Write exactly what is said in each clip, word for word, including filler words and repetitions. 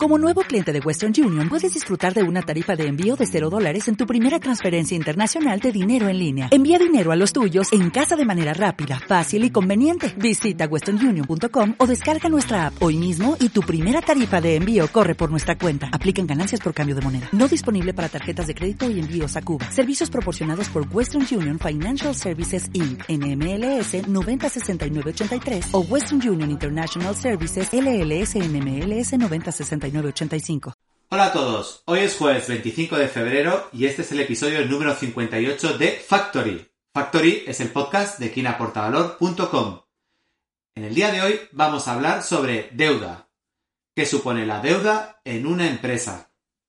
Como nuevo cliente de Western Union, puedes disfrutar de una tarifa de envío de cero dólares en tu primera transferencia internacional de dinero en línea. Envía dinero a los tuyos en casa de manera rápida, fácil y conveniente. Visita western union punto com o descarga nuestra app hoy mismo y tu primera tarifa de envío corre por nuestra cuenta. Aplican ganancias por cambio de moneda. No disponible para tarjetas de crédito y envíos a Cuba. Servicios proporcionados por Western Union Financial Services incorporated. N M L S noventa sesenta y nueve ochenta y tres o Western Union International Services L L S N M L S noventa sesenta y nueve ochenta y cinco. Hola a todos, hoy es jueves veinticinco de febrero y este es el episodio número cincuenta y ocho de Factory. Factory es el podcast de quien aporta valor punto com. En el día de hoy vamos a hablar sobre deuda. ¿Qué supone la deuda en una empresa?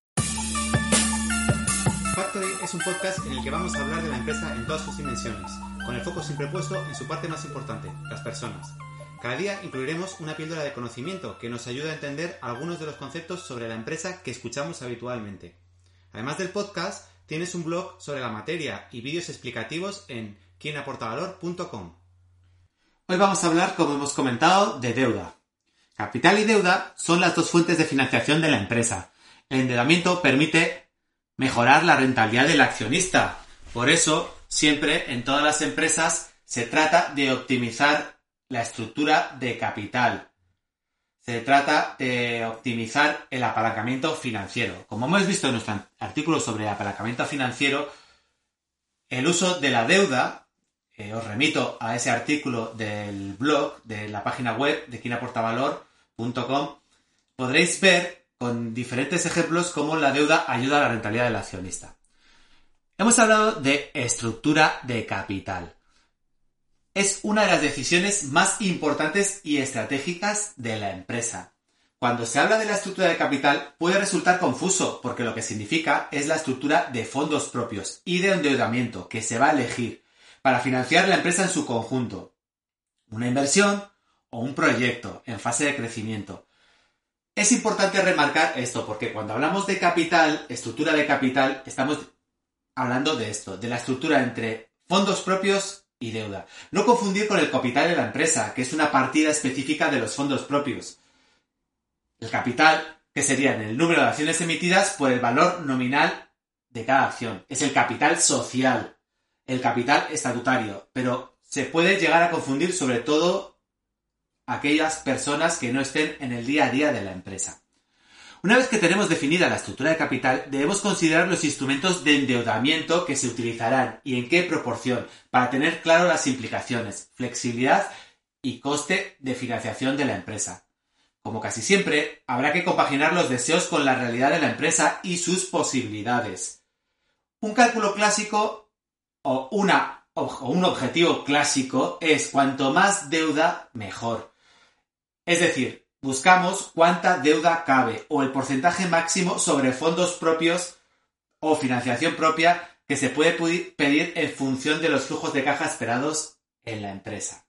Factory es un podcast en el que vamos a hablar de la empresa en todas sus dimensiones, con el foco siempre puesto en su parte más importante, las personas. Cada día incluiremos una píldora de conocimiento que nos ayuda a entender algunos de los conceptos sobre la empresa que escuchamos habitualmente. Además del podcast, tienes un blog sobre la materia y vídeos explicativos en quien aporta valor punto com. Hoy vamos a hablar, como hemos comentado, de deuda. Capital y deuda son las dos fuentes de financiación de la empresa. El endeudamiento permite mejorar la rentabilidad del accionista. Por eso, siempre en todas las empresas se trata de optimizar la estructura de capital. Se trata de optimizar el apalancamiento financiero. Como hemos visto en nuestro artículo sobre apalancamiento financiero, el uso de la deuda, eh, os remito a ese artículo del blog, de la página web de quien aporta valor punto com, podréis ver con diferentes ejemplos cómo la deuda ayuda a la rentabilidad del accionista. Hemos hablado de estructura de capital. Es una de las decisiones más importantes y estratégicas de la empresa. Cuando se habla de la estructura de capital puede resultar confuso porque lo que significa es la estructura de fondos propios y de endeudamiento que se va a elegir para financiar la empresa en su conjunto. Una inversión o un proyecto en fase de crecimiento. Es importante remarcar esto porque cuando hablamos de capital, estructura de capital, estamos hablando de esto, de la estructura entre fondos propios y deuda. No confundir con el capital de la empresa, que es una partida específica de los fondos propios. El capital, que sería el número de acciones emitidas por el valor nominal de cada acción. Es el capital social, el capital estatutario, pero se puede llegar a confundir sobre todo aquellas personas que no estén en el día a día de la empresa. Una vez que tenemos definida la estructura de capital, debemos considerar los instrumentos de endeudamiento que se utilizarán y en qué proporción, para tener claro las implicaciones, flexibilidad y coste de financiación de la empresa. Como casi siempre, habrá que compaginar los deseos con la realidad de la empresa y sus posibilidades. Un cálculo clásico o, una, o un objetivo clásico es cuanto más deuda, mejor. Es decir, buscamos cuánta deuda cabe o el porcentaje máximo sobre fondos propios o financiación propia que se puede pedir en función de los flujos de caja esperados en la empresa.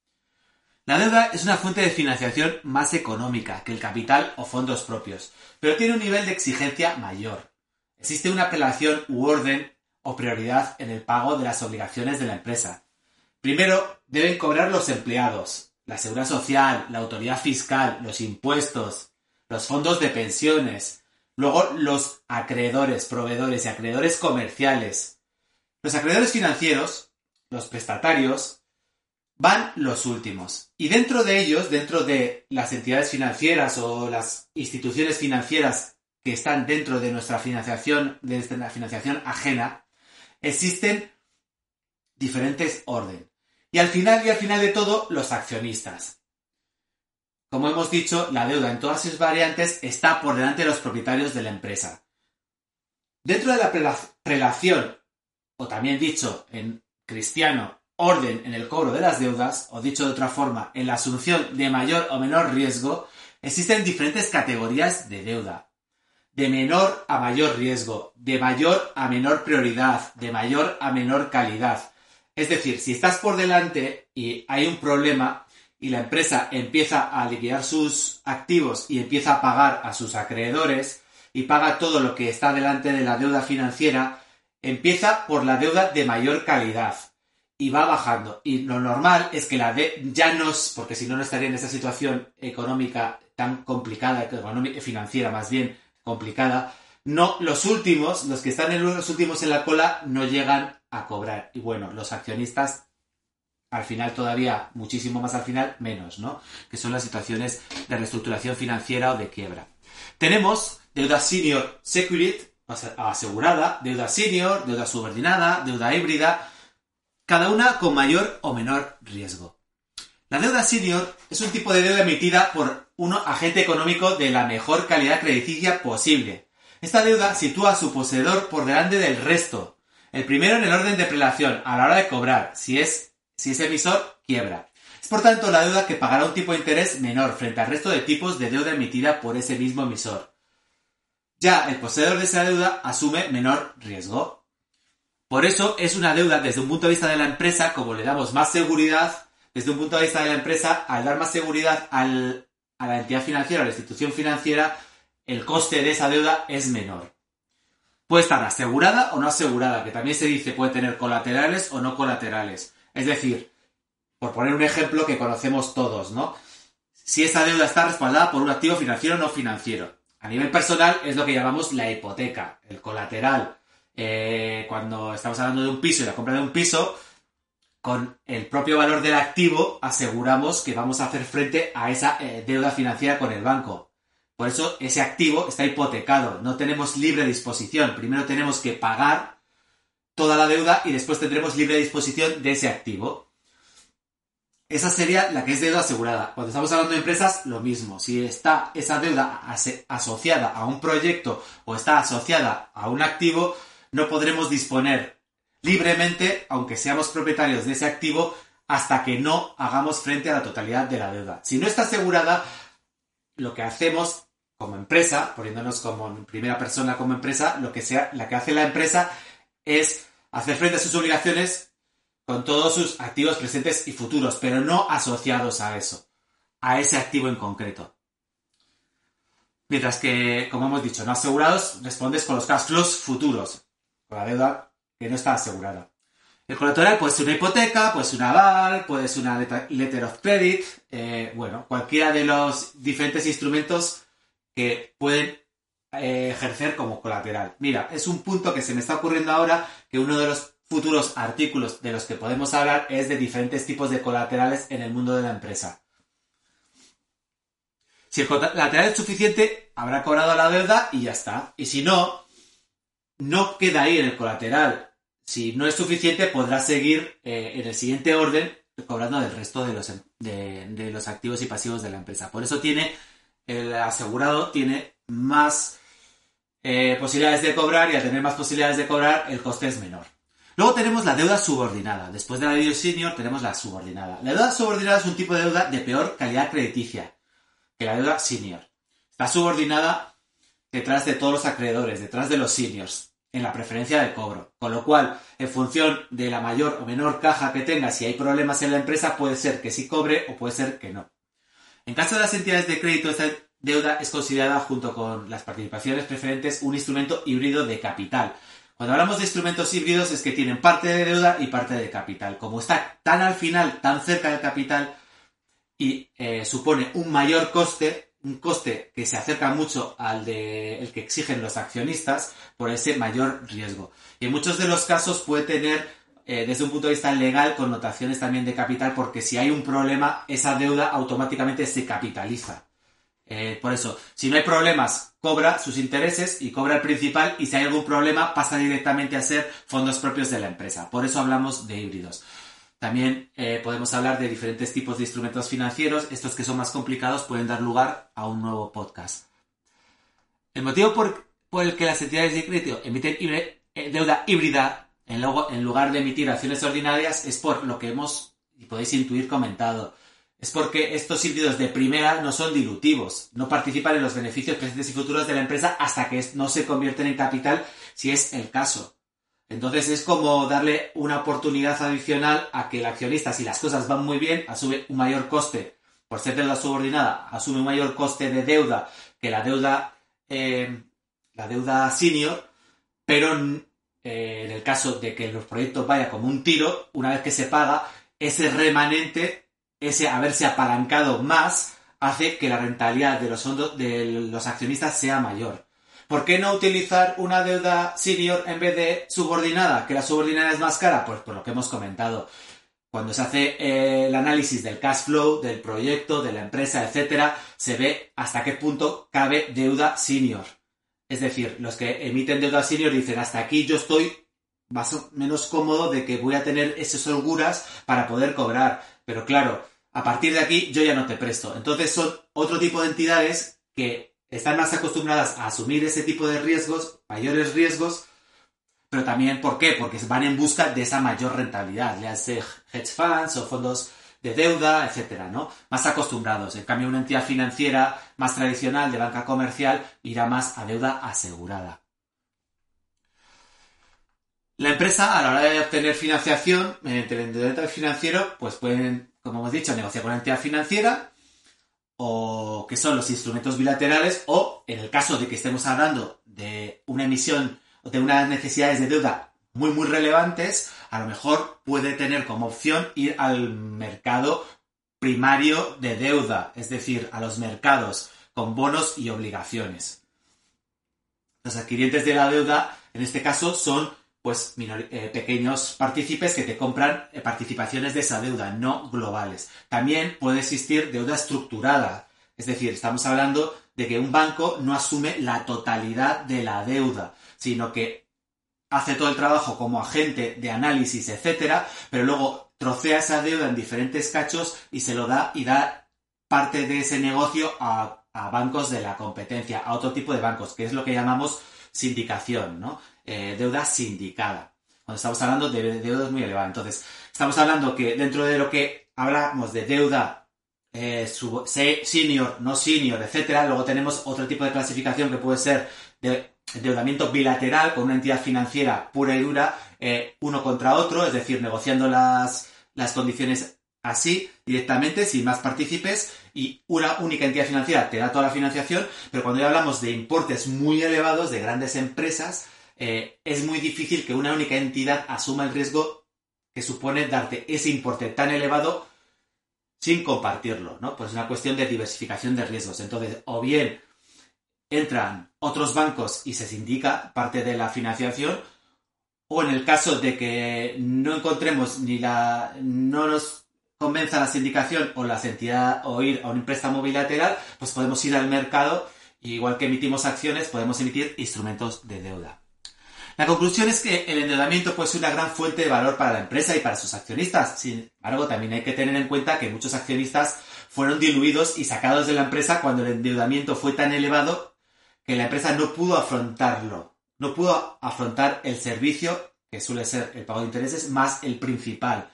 La deuda es una fuente de financiación más económica que el capital o fondos propios, pero tiene un nivel de exigencia mayor. Existe una apelación u orden o prioridad en el pago de las obligaciones de la empresa. Primero deben cobrar los empleados, la seguridad social, la autoridad fiscal, los impuestos, los fondos de pensiones, luego los acreedores, proveedores y acreedores comerciales. Los acreedores financieros, los prestatarios, van los últimos. Y dentro de ellos, dentro de las entidades financieras o las instituciones financieras que están dentro de nuestra financiación, de la financiación ajena, existen diferentes órdenes. Y al final y al final de todo, los accionistas. Como hemos dicho, la deuda en todas sus variantes está por delante de los propietarios de la empresa. Dentro de la prelación, o también dicho en cristiano, orden en el cobro de las deudas, o dicho de otra forma, en la asunción de mayor o menor riesgo, existen diferentes categorías de deuda. De menor a mayor riesgo, de mayor a menor prioridad, de mayor a menor calidad. Es decir, si estás por delante y hay un problema y la empresa empieza a liquidar sus activos y empieza a pagar a sus acreedores y paga todo lo que está delante de la deuda financiera, empieza por la deuda de mayor calidad y va bajando. Y lo normal es que la de ya no es, porque si no no estaría en esa situación económica tan complicada, económica, financiera más bien complicada, no, los últimos, los que están en los últimos en la cola, no llegan a cobrar. Y bueno, los accionistas, al final todavía, muchísimo más al final, menos, ¿no? Que son las situaciones de reestructuración financiera o de quiebra. Tenemos deuda senior secured, asegurada, deuda senior, deuda subordinada, deuda híbrida, cada una con mayor o menor riesgo. La deuda senior es un tipo de deuda emitida por un agente económico de la mejor calidad crediticia posible. Esta deuda sitúa a su poseedor por delante del resto. El primero en el orden de prelación, a la hora de cobrar, si es, si es emisor, quiebra. Es por tanto la deuda que pagará un tipo de interés menor frente al resto de tipos de deuda emitida por ese mismo emisor. Ya el poseedor de esa deuda asume menor riesgo. Por eso es una deuda desde un punto de vista de la empresa, como le damos más seguridad, desde un punto de vista de la empresa, al dar más seguridad al, a la entidad financiera, a la institución financiera, el coste de esa deuda es menor. Puede estar asegurada o no asegurada, que también se dice puede tener colaterales o no colaterales. Es decir, por poner un ejemplo que conocemos todos, ¿no? Si esa deuda está respaldada por un activo financiero o no financiero. A nivel personal es lo que llamamos la hipoteca, el colateral. Eh, cuando estamos hablando de un piso y la compra de un piso, con el propio valor del activo aseguramos que vamos a hacer frente a esa eh, deuda financiera con el banco. Por eso ese activo está hipotecado, no tenemos libre disposición. Primero tenemos que pagar toda la deuda y después tendremos libre disposición de ese activo. Esa sería la que es deuda asegurada. Cuando estamos hablando de empresas, lo mismo. Si está esa deuda as- asociada a un proyecto o está asociada a un activo, no podremos disponer libremente, aunque seamos propietarios de ese activo, hasta que no hagamos frente a la totalidad de la deuda. Si no está asegurada, lo que hacemos como empresa, poniéndonos como en primera persona como empresa, lo que sea, la que hace la empresa es hacer frente a sus obligaciones con todos sus activos presentes y futuros, pero no asociados a eso, a ese activo en concreto. Mientras que, como hemos dicho, no asegurados, respondes con los cash flows futuros, con la deuda que no está asegurada. El colateral puede ser una hipoteca, puede ser un aval, puede ser una letter of credit, eh, bueno, cualquiera de los diferentes instrumentos que pueden eh, ejercer como colateral. Mira, es un punto que se me está ocurriendo ahora, que uno de los futuros artículos de los que podemos hablar es de diferentes tipos de colaterales en el mundo de la empresa. Si el colateral es suficiente, habrá cobrado la deuda y ya está. Y si no, no queda ahí en el colateral. Si no es suficiente, podrá seguir eh, en el siguiente orden cobrando del resto de los, de, de los activos y pasivos de la empresa. Por eso tiene el asegurado tiene más eh, posibilidades de cobrar, y al tener más posibilidades de cobrar, el coste es menor. Luego tenemos la deuda subordinada. Después de la deuda senior tenemos la subordinada. La deuda subordinada es un tipo de deuda de peor calidad crediticia que la deuda senior. Está subordinada detrás de todos los acreedores, detrás de los seniors, en la preferencia de cobro. Con lo cual, en función de la mayor o menor caja que tenga, si hay problemas en la empresa, puede ser que sí cobre o puede ser que no. En caso de las entidades de crédito, esta deuda es considerada, junto con las participaciones preferentes, un instrumento híbrido de capital. Cuando hablamos de instrumentos híbridos es que tienen parte de deuda y parte de capital. Como está tan al final, tan cerca del capital y eh, supone un mayor coste, un coste que se acerca mucho al de el que exigen los accionistas, por ese mayor riesgo. Y en muchos de los casos puede tener, eh, desde un punto de vista legal, connotaciones también de capital, porque si hay un problema, esa deuda automáticamente se capitaliza. Eh, por eso, si no hay problemas, cobra sus intereses y cobra el principal, y si hay algún problema, pasa directamente a ser fondos propios de la empresa. Por eso hablamos de híbridos. También eh, podemos hablar de diferentes tipos de instrumentos financieros. Estos que son más complicados pueden dar lugar a un nuevo podcast. El motivo por, por el que las entidades de crédito emiten híbrida, eh, deuda híbrida en, luego, en lugar de emitir acciones ordinarias es por lo que hemos, y podéis intuir, comentado. Es porque estos híbridos de primera no son dilutivos, no participan en los beneficios presentes y futuros de la empresa hasta que no se convierten en capital, si es el caso. Entonces es como darle una oportunidad adicional a que el accionista, si las cosas van muy bien, asume un mayor coste. Por ser deuda subordinada, asume un mayor coste de deuda que la deuda, eh, la deuda senior, pero eh, en el caso de que los proyectos vayan como un tiro, una vez que se paga, ese remanente, ese haberse apalancado más, hace que la rentabilidad de los fondos de los accionistas sea mayor. ¿Por qué no utilizar una deuda senior en vez de subordinada? ¿Que la subordinada es más cara? Pues por lo que hemos comentado. Cuando se hace eh, el análisis del cash flow, del proyecto, de la empresa, etcétera, se ve hasta qué punto cabe deuda senior. Es decir, los que emiten deuda senior dicen hasta aquí yo estoy más o menos cómodo de que voy a tener esas holguras para poder cobrar. Pero claro, a partir de aquí yo ya no te presto. Entonces son otro tipo de entidades que están más acostumbradas a asumir ese tipo de riesgos, mayores riesgos, pero también, ¿por qué? Porque van en busca de esa mayor rentabilidad, ya sea hedge funds o fondos de deuda, etcétera, ¿no? Más acostumbrados. En cambio, una entidad financiera más tradicional, de banca comercial, irá más a deuda asegurada. La empresa, a la hora de obtener financiación mediante el endeudamiento financiero, pues pueden, como hemos dicho, negociar con la entidad financiera, o que son los instrumentos bilaterales, o en el caso de que estemos hablando de una emisión o de unas necesidades de deuda muy muy relevantes, a lo mejor puede tener como opción ir al mercado primario de deuda, es decir, a los mercados con bonos y obligaciones. Los adquirientes de la deuda, en este caso, son pues minor, eh, pequeños partícipes que te compran eh, participaciones de esa deuda, no globales. También puede existir deuda estructurada, es decir, estamos hablando de que un banco no asume la totalidad de la deuda, sino que hace todo el trabajo como agente de análisis, etcétera, pero luego trocea esa deuda en diferentes cachos y se lo da y da parte de ese negocio a, a bancos de la competencia, a otro tipo de bancos, que es lo que llamamos sindicación, ¿no? Eh, deuda sindicada, cuando estamos hablando de deudas muy elevadas. Entonces, estamos hablando que dentro de lo que hablamos de deuda eh, sub, senior, no senior, etcétera, luego tenemos otro tipo de clasificación que puede ser de endeudamiento bilateral con una entidad financiera pura y dura, eh, uno contra otro, es decir, negociando las, las condiciones así, directamente, sin más partícipes, y una única entidad financiera te da toda la financiación, pero cuando ya hablamos de importes muy elevados, de grandes empresas, eh, es muy difícil que una única entidad asuma el riesgo que supone darte ese importe tan elevado sin compartirlo, ¿no? Pues es una cuestión de diversificación de riesgos. Entonces, o bien entran otros bancos y se sindica parte de la financiación, o en el caso de que no encontremos ni la... no nos convenza la sindicación o la entidad o ir a un préstamo bilateral, pues podemos ir al mercado, igual que emitimos acciones, podemos emitir instrumentos de deuda. La conclusión es que el endeudamiento puede ser una gran fuente de valor para la empresa y para sus accionistas. Sin embargo, también hay que tener en cuenta que muchos accionistas fueron diluidos y sacados de la empresa cuando el endeudamiento fue tan elevado que la empresa no pudo afrontarlo. No pudo afrontar el servicio, que suele ser el pago de intereses, más el principal,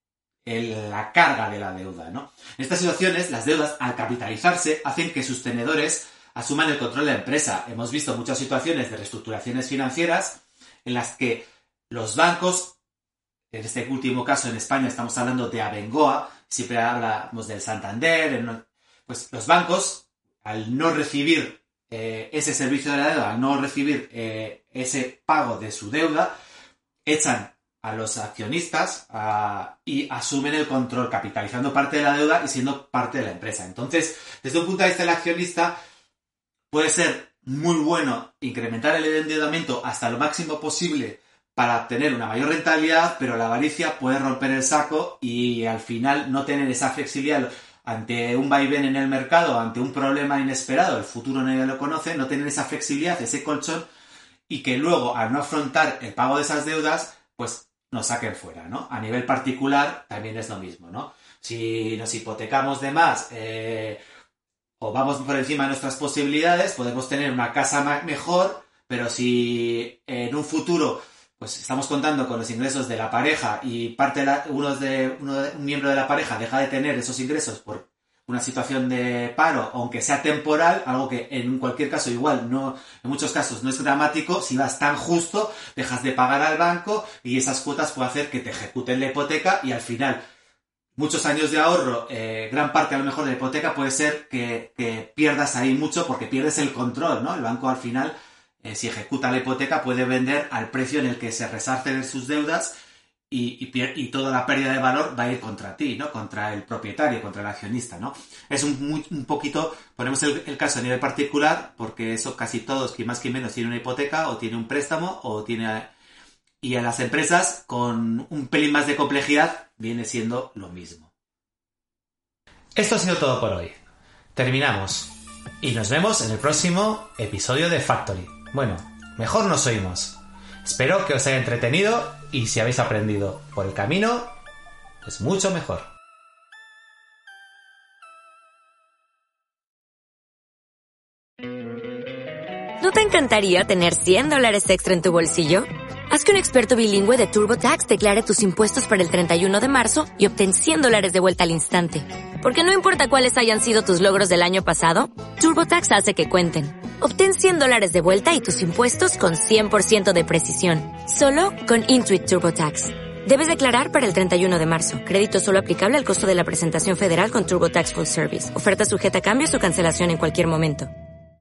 el, la carga de la deuda, ¿no? En estas situaciones, las deudas, al capitalizarse, hacen que sus tenedores asuman el control de la empresa. Hemos visto muchas situaciones de reestructuraciones financieras en las que los bancos, en este último caso en España estamos hablando de Abengoa, siempre hablamos del Santander, pues los bancos, al no recibir eh, ese servicio de la deuda, al no recibir eh, ese pago de su deuda, echan a los accionistas a, y asumen el control, capitalizando parte de la deuda y siendo parte de la empresa. Entonces, desde un punto de vista del accionista, puede ser muy bueno incrementar el endeudamiento hasta lo máximo posible para obtener una mayor rentabilidad, pero la avaricia puede romper el saco y al final no tener esa flexibilidad ante un vaivén en el mercado, ante un problema inesperado, el futuro nadie lo conoce, no tener esa flexibilidad, ese colchón, y que luego al no afrontar el pago de esas deudas, pues nos saquen fuera, ¿no? A nivel particular también es lo mismo, ¿no? Si nos hipotecamos de más, eh, o vamos por encima de nuestras posibilidades, podemos tener una casa mejor, pero si en un futuro pues estamos contando con los ingresos de la pareja y parte de la, uno de, uno de, un miembro de la pareja deja de tener esos ingresos por una situación de paro, aunque sea temporal, algo que en cualquier caso igual no, en muchos casos no es dramático, si vas tan justo, dejas de pagar al banco y esas cuotas pueden hacer que te ejecuten la hipoteca y al final muchos años de ahorro, eh, gran parte a lo mejor de la hipoteca puede ser que, que pierdas ahí mucho porque pierdes el control, ¿no? El banco al final, eh, si ejecuta la hipoteca, puede vender al precio en el que se resarcen sus deudas y, y, y toda la pérdida de valor va a ir contra ti, ¿no? Contra el propietario, contra el accionista, ¿no? Es un, muy, un poquito, ponemos el, el caso a nivel particular, porque eso casi todos, que más que menos, tiene una hipoteca o tiene un préstamo o tiene... Y a las empresas, con un pelín más de complejidad, viene siendo lo mismo. Esto ha sido todo por hoy. Terminamos. Y nos vemos en el próximo episodio de Factory. Bueno, mejor nos oímos. Espero que os haya entretenido y si habéis aprendido por el camino, pues mucho mejor. ¿No te encantaría tener cien dólares extra en tu bolsillo? Haz que un experto bilingüe de TurboTax declare tus impuestos para el treinta y uno de marzo y obtén cien dólares de vuelta al instante. Porque no importa cuáles hayan sido tus logros del año pasado, TurboTax hace que cuenten. Obtén cien dólares de vuelta y tus impuestos con cien por ciento de precisión. Solo con Intuit TurboTax. Debes declarar para el treinta y uno de marzo. Crédito solo aplicable al costo de la presentación federal con TurboTax Full Service. Oferta sujeta a cambios o cancelación en cualquier momento.